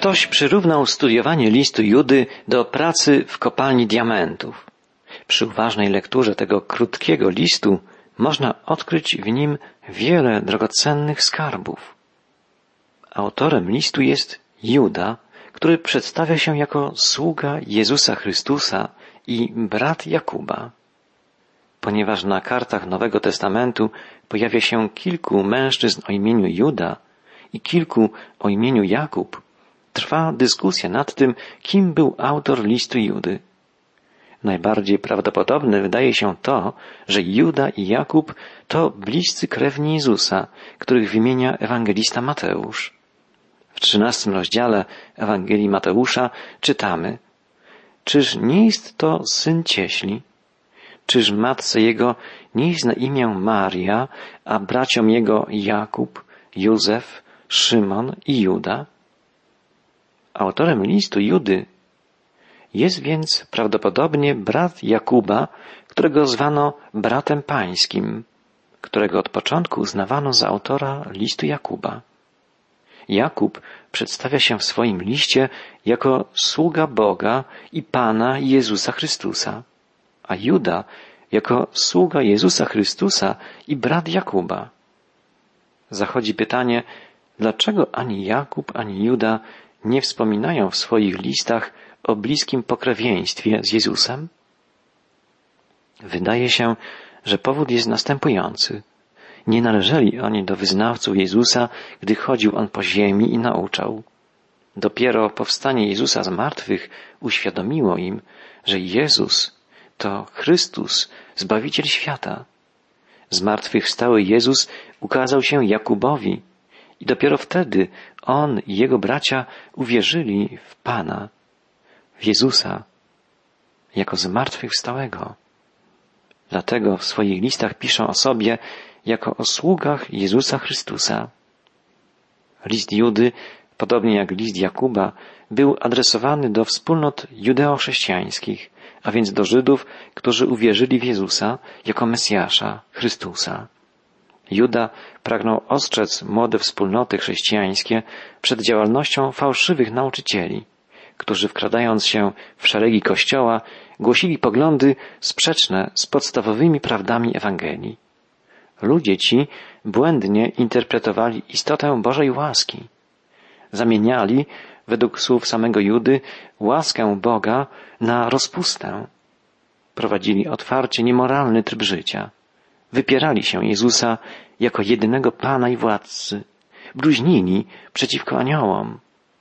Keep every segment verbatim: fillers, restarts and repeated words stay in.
Ktoś przyrównał studiowanie listu Judy do pracy w kopalni diamentów. Przy uważnej lekturze tego krótkiego listu można odkryć w nim wiele drogocennych skarbów. Autorem listu jest Juda, który przedstawia się jako sługa Jezusa Chrystusa i brat Jakuba. Ponieważ na kartach Nowego Testamentu pojawia się kilku mężczyzn o imieniu Juda i kilku o imieniu Jakub, trwa dyskusja nad tym, kim był autor listu Judy. Najbardziej prawdopodobne wydaje się to, że Juda i Jakub to bliscy krewni Jezusa, których wymienia ewangelista Mateusz. W trzynastym rozdziale Ewangelii Mateusza czytamy: Czyż nie jest to syn cieśli? Czyż matce jego nie jest na imię Maria, a braciom jego Jakub, Józef, Szymon i Juda? Autorem listu Judy jest więc prawdopodobnie brat Jakuba, którego zwano bratem pańskim, którego od początku uznawano za autora listu Jakuba. Jakub przedstawia się w swoim liście jako sługa Boga i Pana Jezusa Chrystusa, a Juda jako sługa Jezusa Chrystusa i brat Jakuba. Zachodzi pytanie, dlaczego ani Jakub, ani Juda nie wspominają w swoich listach o bliskim pokrewieństwie z Jezusem? Wydaje się, że powód jest następujący. Nie należeli oni do wyznawców Jezusa, gdy chodził On po ziemi i nauczał. Dopiero powstanie Jezusa z martwych uświadomiło im, że Jezus to Chrystus, Zbawiciel świata. Zmartwychwstały Jezus ukazał się Jakubowi i dopiero wtedy on i jego bracia uwierzyli w Pana, w Jezusa, jako zmartwychwstałego. Dlatego w swoich listach piszą o sobie jako o sługach Jezusa Chrystusa. List Judy, podobnie jak list Jakuba, był adresowany do wspólnot judeo-chrześcijańskich, a więc do Żydów, którzy uwierzyli w Jezusa jako Mesjasza, Chrystusa. Juda pragnął ostrzec młode wspólnoty chrześcijańskie przed działalnością fałszywych nauczycieli, którzy wkradając się w szeregi Kościoła głosili poglądy sprzeczne z podstawowymi prawdami Ewangelii. Ludzie ci błędnie interpretowali istotę Bożej łaski. Zamieniali, według słów samego Judy, łaskę Boga na rozpustę. Prowadzili otwarcie niemoralny tryb życia. Wypierali się Jezusa jako jedynego Pana i Władcy. Bluźnili przeciwko aniołom.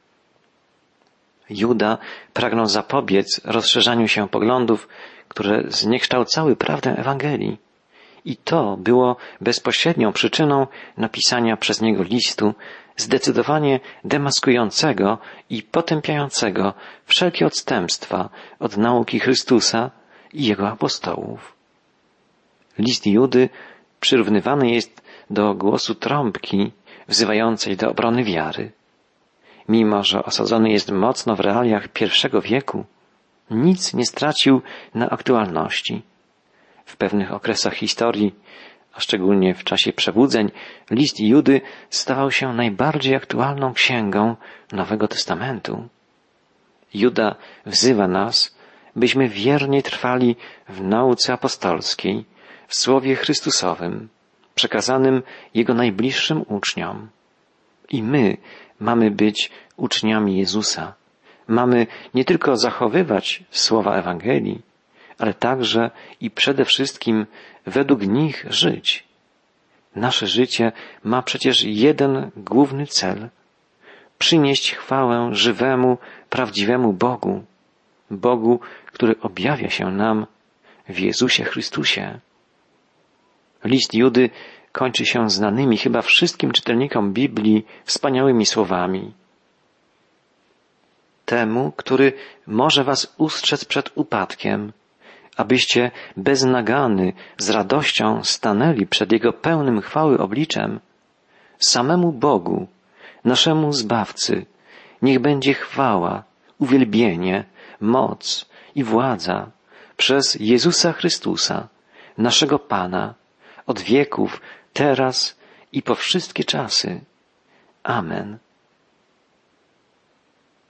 Juda pragnął zapobiec rozszerzaniu się poglądów, które zniekształcały prawdę Ewangelii. I to było bezpośrednią przyczyną napisania przez niego listu zdecydowanie demaskującego i potępiającego wszelkie odstępstwa od nauki Chrystusa i Jego apostołów. List Judy przyrównywany jest do głosu trąbki wzywającej do obrony wiary. Mimo że osadzony jest mocno w realiach pierwszego wieku, nic nie stracił na aktualności. W pewnych okresach historii, a szczególnie w czasie przebudzeń, list Judy stawał się najbardziej aktualną księgą Nowego Testamentu. Juda wzywa nas, byśmy wiernie trwali w nauce apostolskiej, w Słowie Chrystusowym, przekazanym Jego najbliższym uczniom. I my mamy być uczniami Jezusa. Mamy nie tylko zachowywać słowa Ewangelii, ale także i przede wszystkim według nich żyć. Nasze życie ma przecież jeden główny cel – przynieść chwałę żywemu, prawdziwemu Bogu, Bogu, który objawia się nam w Jezusie Chrystusie. List Judy kończy się znanymi chyba wszystkim czytelnikom Biblii wspaniałymi słowami. Temu, który może was ustrzec przed upadkiem, abyście bez nagany z radością stanęli przed Jego pełnym chwały obliczem, samemu Bogu, naszemu Zbawcy, niech będzie chwała, uwielbienie, moc i władza przez Jezusa Chrystusa, naszego Pana, od wieków, teraz i po wszystkie czasy. Amen.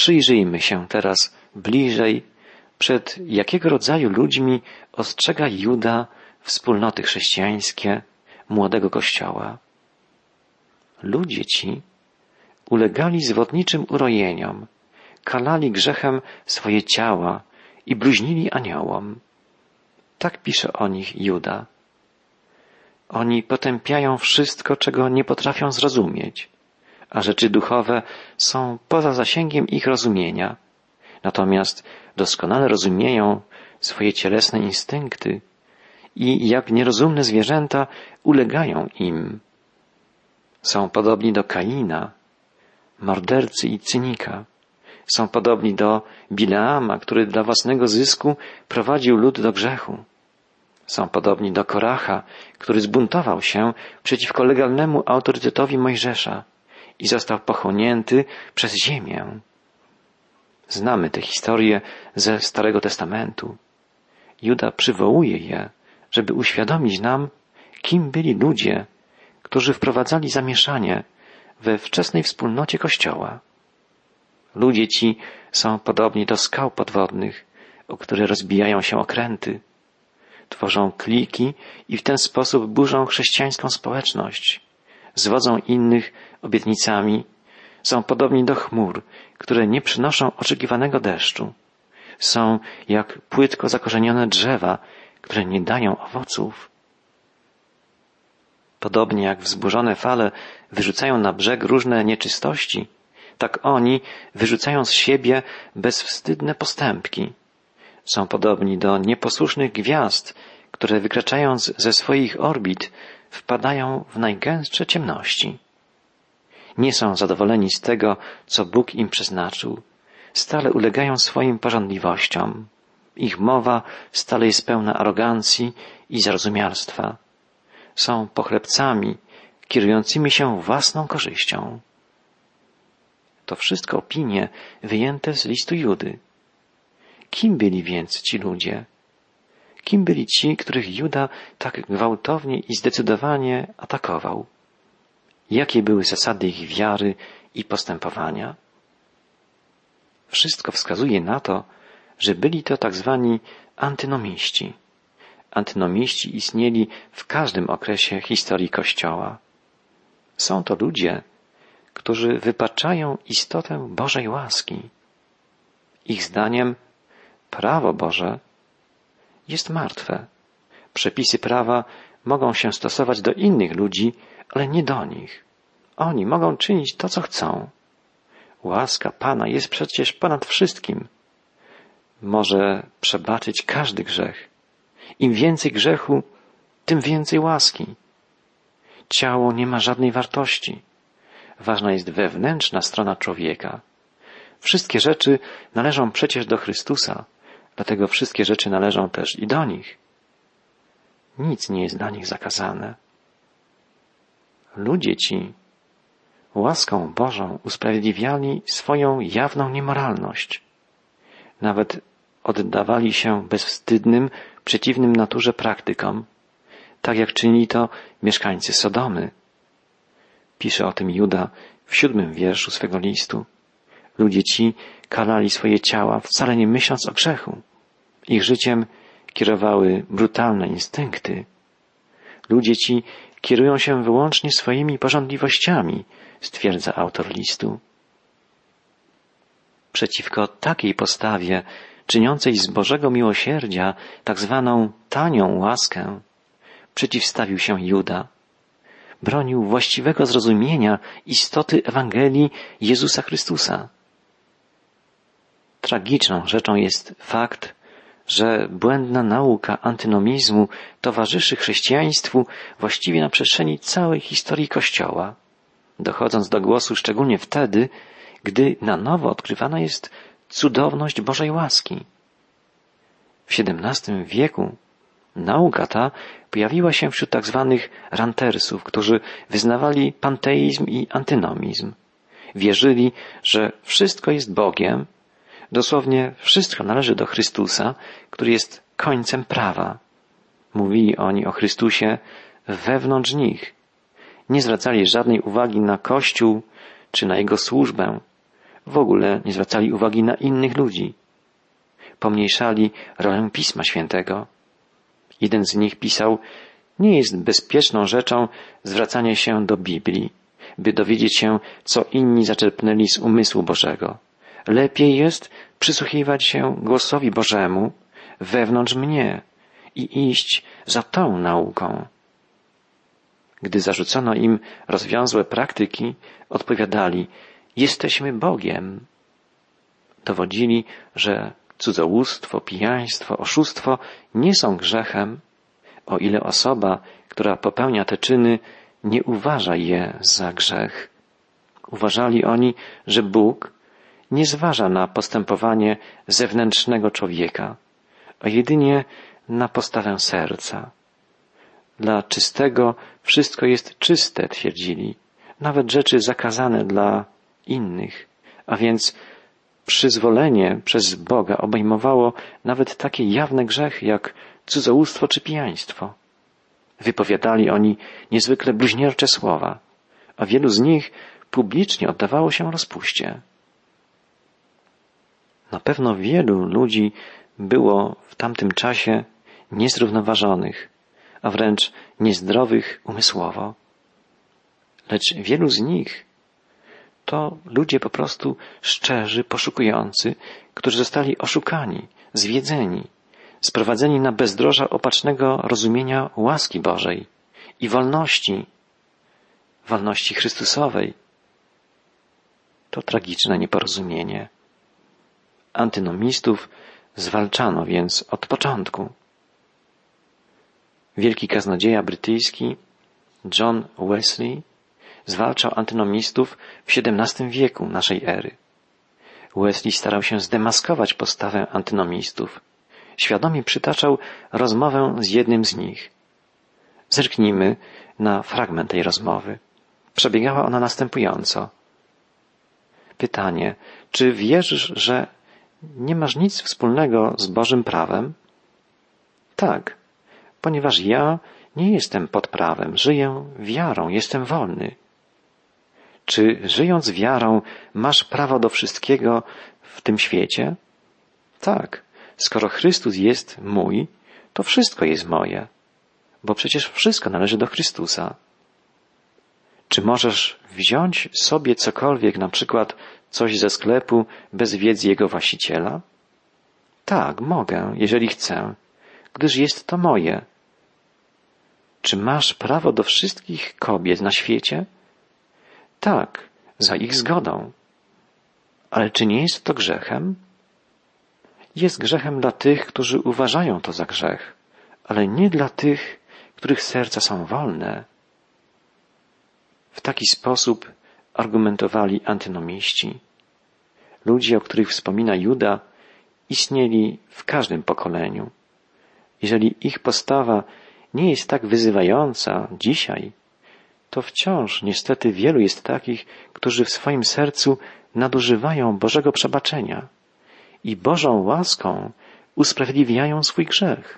Przyjrzyjmy się teraz bliżej, przed jakiego rodzaju ludźmi ostrzega Juda wspólnoty chrześcijańskie młodego Kościoła. Ludzie ci ulegali zwodniczym urojeniom, kalali grzechem swoje ciała i bluźnili aniołom. Tak pisze o nich Juda. Oni potępiają wszystko, czego nie potrafią zrozumieć, a rzeczy duchowe są poza zasięgiem ich rozumienia. Natomiast doskonale rozumieją swoje cielesne instynkty i jak nierozumne zwierzęta ulegają im. Są podobni do Kaina, mordercy i cynika. Są podobni do Bileama, który dla własnego zysku prowadził lud do grzechu. Są podobni do Koracha, który zbuntował się przeciwko legalnemu autorytetowi Mojżesza i został pochłonięty przez ziemię. Znamy te historie ze Starego Testamentu. Juda przywołuje je, żeby uświadomić nam, kim byli ludzie, którzy wprowadzali zamieszanie we wczesnej wspólnocie Kościoła. Ludzie ci są podobni do skał podwodnych, o które rozbijają się okręty. Tworzą kliki i w ten sposób burzą chrześcijańską społeczność. Zwodzą innych obietnicami. Są podobni do chmur, które nie przynoszą oczekiwanego deszczu. Są jak płytko zakorzenione drzewa, które nie dają owoców. Podobnie jak wzburzone fale wyrzucają na brzeg różne nieczystości, tak oni wyrzucają z siebie bezwstydne postępki. Są podobni do nieposłusznych gwiazd, które wykraczając ze swoich orbit wpadają w najgęstsze ciemności. Nie są zadowoleni z tego, co Bóg im przeznaczył. Stale ulegają swoim pożądliwościom. Ich mowa stale jest pełna arogancji i zarozumialstwa. Są pochlebcami, kierującymi się własną korzyścią. To wszystko opinie wyjęte z listu Judy. Kim byli więc ci ludzie? Kim byli ci, których Juda tak gwałtownie i zdecydowanie atakował? Jakie były zasady ich wiary i postępowania? Wszystko wskazuje na to, że byli to tak zwani antynomiści. Antynomiści istnieli w każdym okresie historii Kościoła. Są to ludzie, którzy wypaczają istotę Bożej łaski. Ich zdaniem prawo Boże jest martwe. Przepisy prawa mogą się stosować do innych ludzi, ale nie do nich. Oni mogą czynić to, co chcą. Łaska Pana jest przecież ponad wszystkim. Może przebaczyć każdy grzech. Im więcej grzechu, tym więcej łaski. Ciało nie ma żadnej wartości. Ważna jest wewnętrzna strona człowieka. Wszystkie rzeczy należą przecież do Chrystusa, dlatego wszystkie rzeczy należą też i do nich. Nic nie jest dla nich zakazane. Ludzie ci łaską Bożą usprawiedliwiali swoją jawną niemoralność. Nawet oddawali się bezwstydnym, przeciwnym naturze praktykom, tak jak czynili to mieszkańcy Sodomy. Pisze o tym Juda w siódmym wierszu swego listu. Ludzie ci kalali swoje ciała, wcale nie myśląc o grzechu. Ich życiem kierowały brutalne instynkty. Ludzie ci kierują się wyłącznie swoimi pożądliwościami, stwierdza autor listu. Przeciwko takiej postawie, czyniącej z Bożego miłosierdzia tak zwaną tanią łaskę, przeciwstawił się Juda. Bronił właściwego zrozumienia istoty Ewangelii Jezusa Chrystusa. Tragiczną rzeczą jest fakt, że błędna nauka antynomizmu towarzyszy chrześcijaństwu właściwie na przestrzeni całej historii Kościoła, dochodząc do głosu szczególnie wtedy, gdy na nowo odkrywana jest cudowność Bożej łaski. W siedemnastym wieku nauka ta pojawiła się wśród tak zwanych rantersów, którzy wyznawali panteizm i antynomizm. Wierzyli, że wszystko jest Bogiem, dosłownie wszystko należy do Chrystusa, który jest końcem prawa. Mówili oni o Chrystusie wewnątrz nich. Nie zwracali żadnej uwagi na Kościół czy na Jego służbę. w ogóle nie zwracali uwagi na innych ludzi. Pomniejszali rolę Pisma Świętego. Jeden z nich pisał: nie jest bezpieczną rzeczą zwracanie się do Biblii, by dowiedzieć się, co inni zaczerpnęli z umysłu Bożego. Lepiej jest przysłuchiwać się głosowi Bożemu wewnątrz mnie i iść za tą nauką. Gdy zarzucono im rozwiązłe praktyki, odpowiadali: jesteśmy Bogiem. Dowodzili, że cudzołóstwo, pijaństwo, oszustwo nie są grzechem, o ile osoba, która popełnia te czyny, nie uważa je za grzech. Uważali oni, że Bóg nie zważa na postępowanie zewnętrznego człowieka, a jedynie na postawę serca. Dla czystego wszystko jest czyste, twierdzili, nawet rzeczy zakazane dla innych, a więc przyzwolenie przez Boga obejmowało nawet takie jawne grzechy jak cudzołóstwo czy pijaństwo. Wypowiadali oni niezwykle bluźniercze słowa, a wielu z nich publicznie oddawało się rozpuście. Na pewno wielu ludzi było w tamtym czasie niezrównoważonych, a wręcz niezdrowych umysłowo. Lecz wielu z nich to ludzie po prostu szczerzy, poszukujący, którzy zostali oszukani, zwiedzeni, sprowadzeni na bezdroża opacznego rozumienia łaski Bożej i wolności, wolności Chrystusowej. To tragiczne nieporozumienie. Antynomistów zwalczano więc od początku. Wielki kaznodzieja brytyjski John Wesley zwalczał antynomistów w siedemnastym wieku naszej ery. Wesley starał się zdemaskować postawę antynomistów. Świadomie przytaczał rozmowę z jednym z nich. Zerknijmy na fragment tej rozmowy. Przebiegała ona następująco. Pytanie: czy wierzysz, że nie masz nic wspólnego z Bożym prawem? Tak, ponieważ ja nie jestem pod prawem, żyję wiarą, jestem wolny. Czy żyjąc wiarą masz prawo do wszystkiego w tym świecie? Tak, skoro Chrystus jest mój, to wszystko jest moje, bo przecież wszystko należy do Chrystusa. Czy możesz wziąć sobie cokolwiek, na przykład coś ze sklepu, bez wiedzy jego właściciela? Tak, mogę, jeżeli chcę, gdyż jest to moje. Czy masz prawo do wszystkich kobiet na świecie? Tak, za ich zgodą. Ale czy nie jest to grzechem? Jest grzechem dla tych, którzy uważają to za grzech, ale nie dla tych, których serca są wolne. W taki sposób argumentowali antynomiści. Ludzie, o których wspomina Juda, istnieli w każdym pokoleniu. Jeżeli ich postawa nie jest tak wyzywająca dzisiaj, to wciąż niestety wielu jest takich, którzy w swoim sercu nadużywają Bożego przebaczenia i Bożą łaską usprawiedliwiają swój grzech.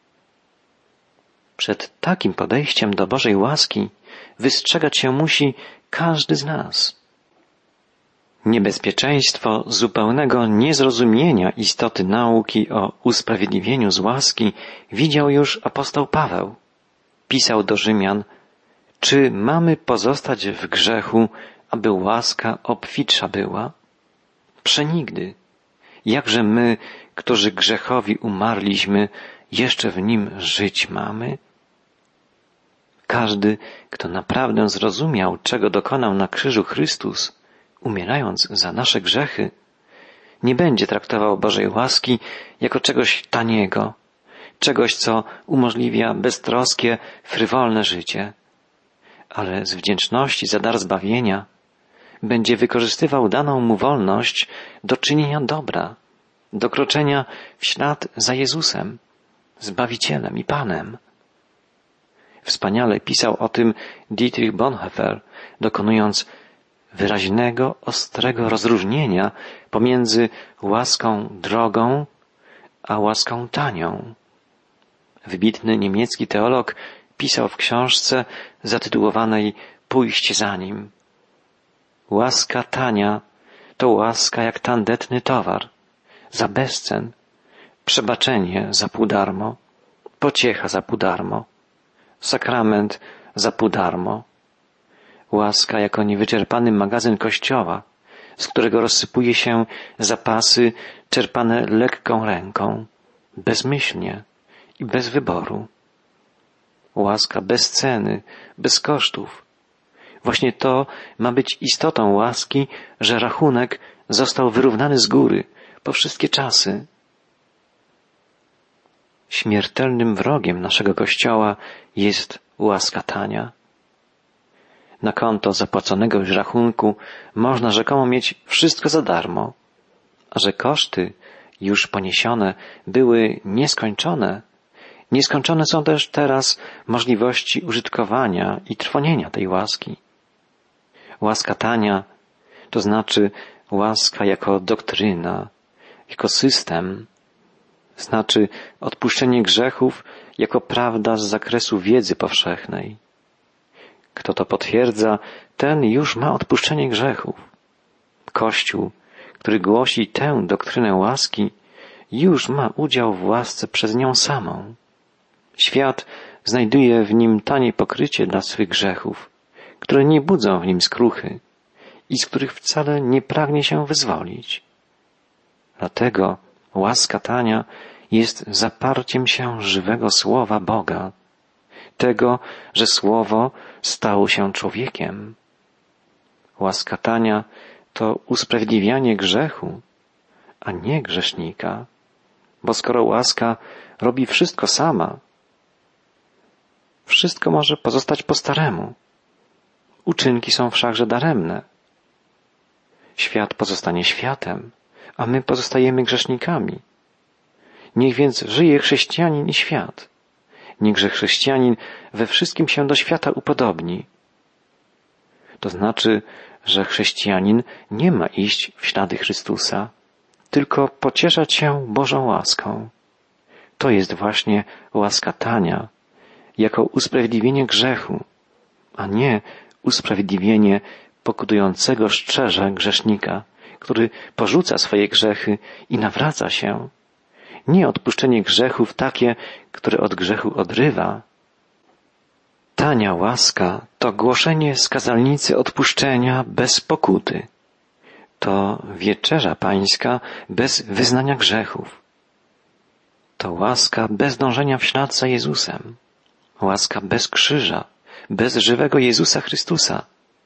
Przed takim podejściem do Bożej łaski wystrzegać się musi każdy z nas. Niebezpieczeństwo zupełnego niezrozumienia istoty nauki o usprawiedliwieniu z łaski widział już apostoł Paweł. Pisał do Rzymian: czy mamy pozostać w grzechu, aby łaska obfitsza była? Przenigdy. Jakże my, którzy grzechowi umarliśmy, jeszcze w nim żyć mamy? Każdy, kto naprawdę zrozumiał, czego dokonał na krzyżu Chrystus, umierając za nasze grzechy, nie będzie traktował Bożej łaski jako czegoś taniego, czegoś, co umożliwia beztroskie, frywolne życie, ale z wdzięczności za dar zbawienia będzie wykorzystywał daną mu wolność do czynienia dobra, do kroczenia w ślad za Jezusem, Zbawicielem i Panem. Wspaniale pisał o tym Dietrich Bonhoeffer, dokonując wyraźnego, ostrego rozróżnienia pomiędzy łaską drogą a łaską tanią. Wybitny niemiecki teolog pisał w książce zatytułowanej Pójść za nim: łaska tania to łaska jak tandetny towar, za bezcen, przebaczenie za pół darmo, pociecha za pół darmo, sakrament za pół darmo, łaska jako niewyczerpany magazyn Kościoła, z którego rozsypuje się zapasy czerpane lekką ręką, bezmyślnie i bez wyboru. Łaska bez ceny, bez kosztów. Właśnie to ma być istotą łaski, że rachunek został wyrównany z góry po wszystkie czasy. Śmiertelnym wrogiem naszego Kościoła jest łaska tania. Na konto zapłaconego już rachunku można rzekomo mieć wszystko za darmo, a że koszty już poniesione były nieskończone, nieskończone są też teraz możliwości użytkowania i trwonienia tej łaski. Łaska tania, to znaczy łaska jako doktryna, jako system, znaczy odpuszczenie grzechów jako prawda z zakresu wiedzy powszechnej. Kto to potwierdza, ten już ma odpuszczenie grzechów. Kościół, który głosi tę doktrynę łaski, już ma udział w łasce przez nią samą. Świat znajduje w nim tanie pokrycie dla swych grzechów, które nie budzą w nim skruchy i z których wcale nie pragnie się wyzwolić. Dlatego łaska tania jest zaparciem się żywego Słowa Boga, tego, że Słowo stało się człowiekiem. Łaska tania to usprawiedliwianie grzechu, a nie grzesznika, bo skoro łaska robi wszystko sama, wszystko może pozostać po staremu. Uczynki są wszakże daremne. Świat pozostanie światem, a my pozostajemy grzesznikami. Niech więc żyje chrześcijanin i świat. Niechże chrześcijanin we wszystkim się do świata upodobni. To znaczy, że chrześcijanin nie ma iść w ślady Chrystusa, tylko pocieszać się Bożą łaską. To jest właśnie łaska tania, jako usprawiedliwienie grzechu, a nie usprawiedliwienie pokutującego szczerze grzesznika, który porzuca swoje grzechy i nawraca się. Nie odpuszczenie grzechów takie, które od grzechu odrywa. Tania łaska to głoszenie z kazalnicy odpuszczenia bez pokuty. To wieczerza pańska bez wyznania grzechów. To łaska bez dążenia w ślad za Jezusem. Łaska bez krzyża, bez żywego Jezusa Chrystusa.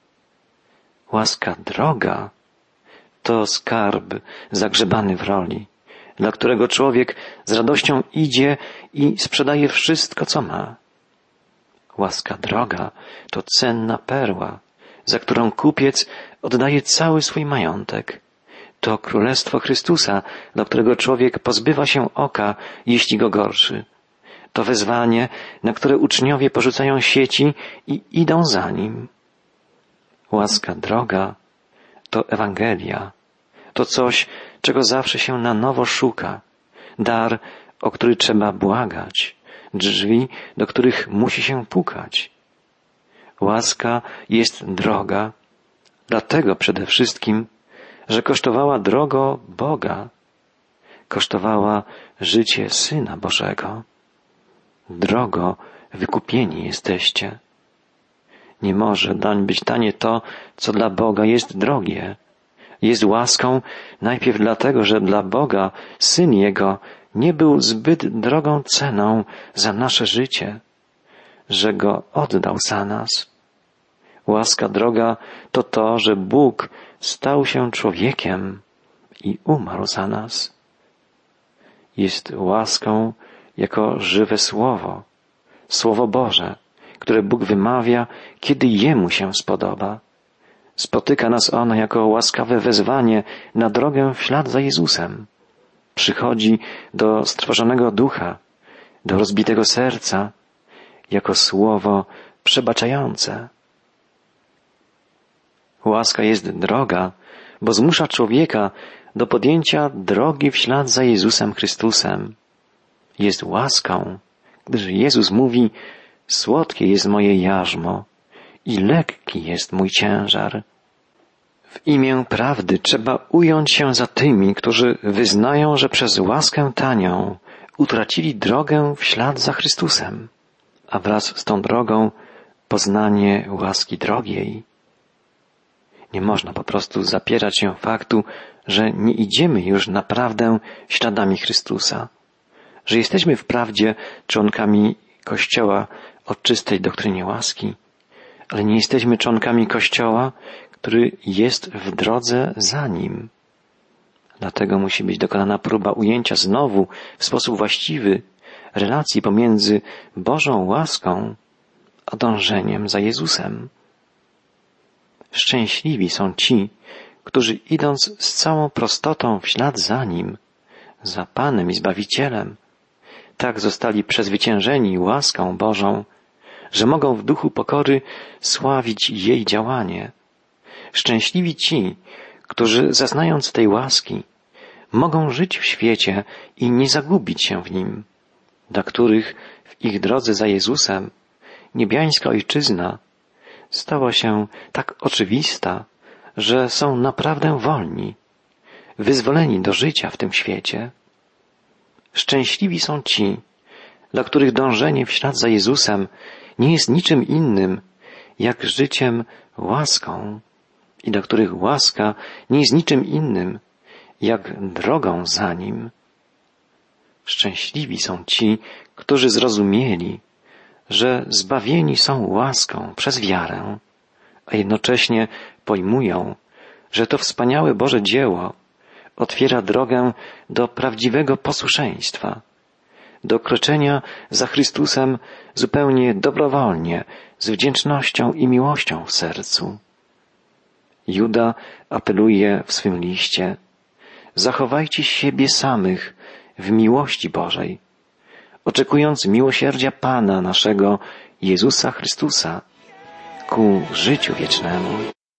Łaska droga to skarb zagrzebany w roli, dla którego człowiek z radością idzie i sprzedaje wszystko, co ma. Łaska droga to cenna perła, za którą kupiec oddaje cały swój majątek. To Królestwo Chrystusa, dla którego człowiek pozbywa się oka, jeśli go gorszy. To wezwanie, na które uczniowie porzucają sieci i idą za nim. Łaska droga to Ewangelia. To coś, czego zawsze się na nowo szuka. Dar, o który trzeba błagać. Drzwi, do których musi się pukać. Łaska jest droga, dlatego przede wszystkim, że kosztowała drogo Boga. Kosztowała życie Syna Bożego. Drogo wykupieni jesteście. Nie może dań być tanie to, co dla Boga jest drogie. Jest łaską najpierw dlatego, że dla Boga Syn Jego nie był zbyt drogą ceną za nasze życie, że Go oddał za nas. Łaska droga to to, że Bóg stał się człowiekiem i umarł za nas. Jest łaską jako żywe Słowo, Słowo Boże, które Bóg wymawia, kiedy Jemu się spodoba. Spotyka nas ono jako łaskawe wezwanie na drogę w ślad za Jezusem. Przychodzi do strwożonego ducha, do rozbitego serca, jako słowo przebaczające. Łaska jest droga, bo zmusza człowieka do podjęcia drogi w ślad za Jezusem Chrystusem. Jest łaską, gdyż Jezus mówi: słodkie jest moje jarzmo i lekki jest mój ciężar. W imię prawdy trzeba ująć się za tymi, którzy wyznają, że przez łaskę tanią utracili drogę w ślad za Chrystusem, a wraz z tą drogą poznanie łaski drogiej. Nie można po prostu zapierać się faktu, że nie idziemy już naprawdę śladami Chrystusa, że jesteśmy wprawdzie członkami Kościoła o czystej doktrynie łaski, ale nie jesteśmy członkami Kościoła, który jest w drodze za Nim. Dlatego musi być dokonana próba ujęcia znowu w sposób właściwy relacji pomiędzy Bożą łaską a dążeniem za Jezusem. Szczęśliwi są ci, którzy idąc z całą prostotą w ślad za Nim, za Panem i Zbawicielem, tak zostali przezwyciężeni łaską Bożą, że mogą w duchu pokory sławić jej działanie. Szczęśliwi ci, którzy zaznając tej łaski, mogą żyć w świecie i nie zagubić się w nim, dla których w ich drodze za Jezusem niebiańska Ojczyzna stała się tak oczywista, że są naprawdę wolni, wyzwoleni do życia w tym świecie. Szczęśliwi są ci, dla których dążenie w ślad za Jezusem nie jest niczym innym, jak życiem łaską i dla których łaska nie jest niczym innym, jak drogą za Nim. Szczęśliwi są ci, którzy zrozumieli, że zbawieni są łaską przez wiarę, a jednocześnie pojmują, że to wspaniałe Boże dzieło otwiera drogę do prawdziwego posłuszeństwa, do kroczenia za Chrystusem zupełnie dobrowolnie, z wdzięcznością i miłością w sercu. Juda apeluje w swym liście: zachowajcie siebie samych w miłości Bożej, oczekując miłosierdzia Pana naszego Jezusa Chrystusa ku życiu wiecznemu.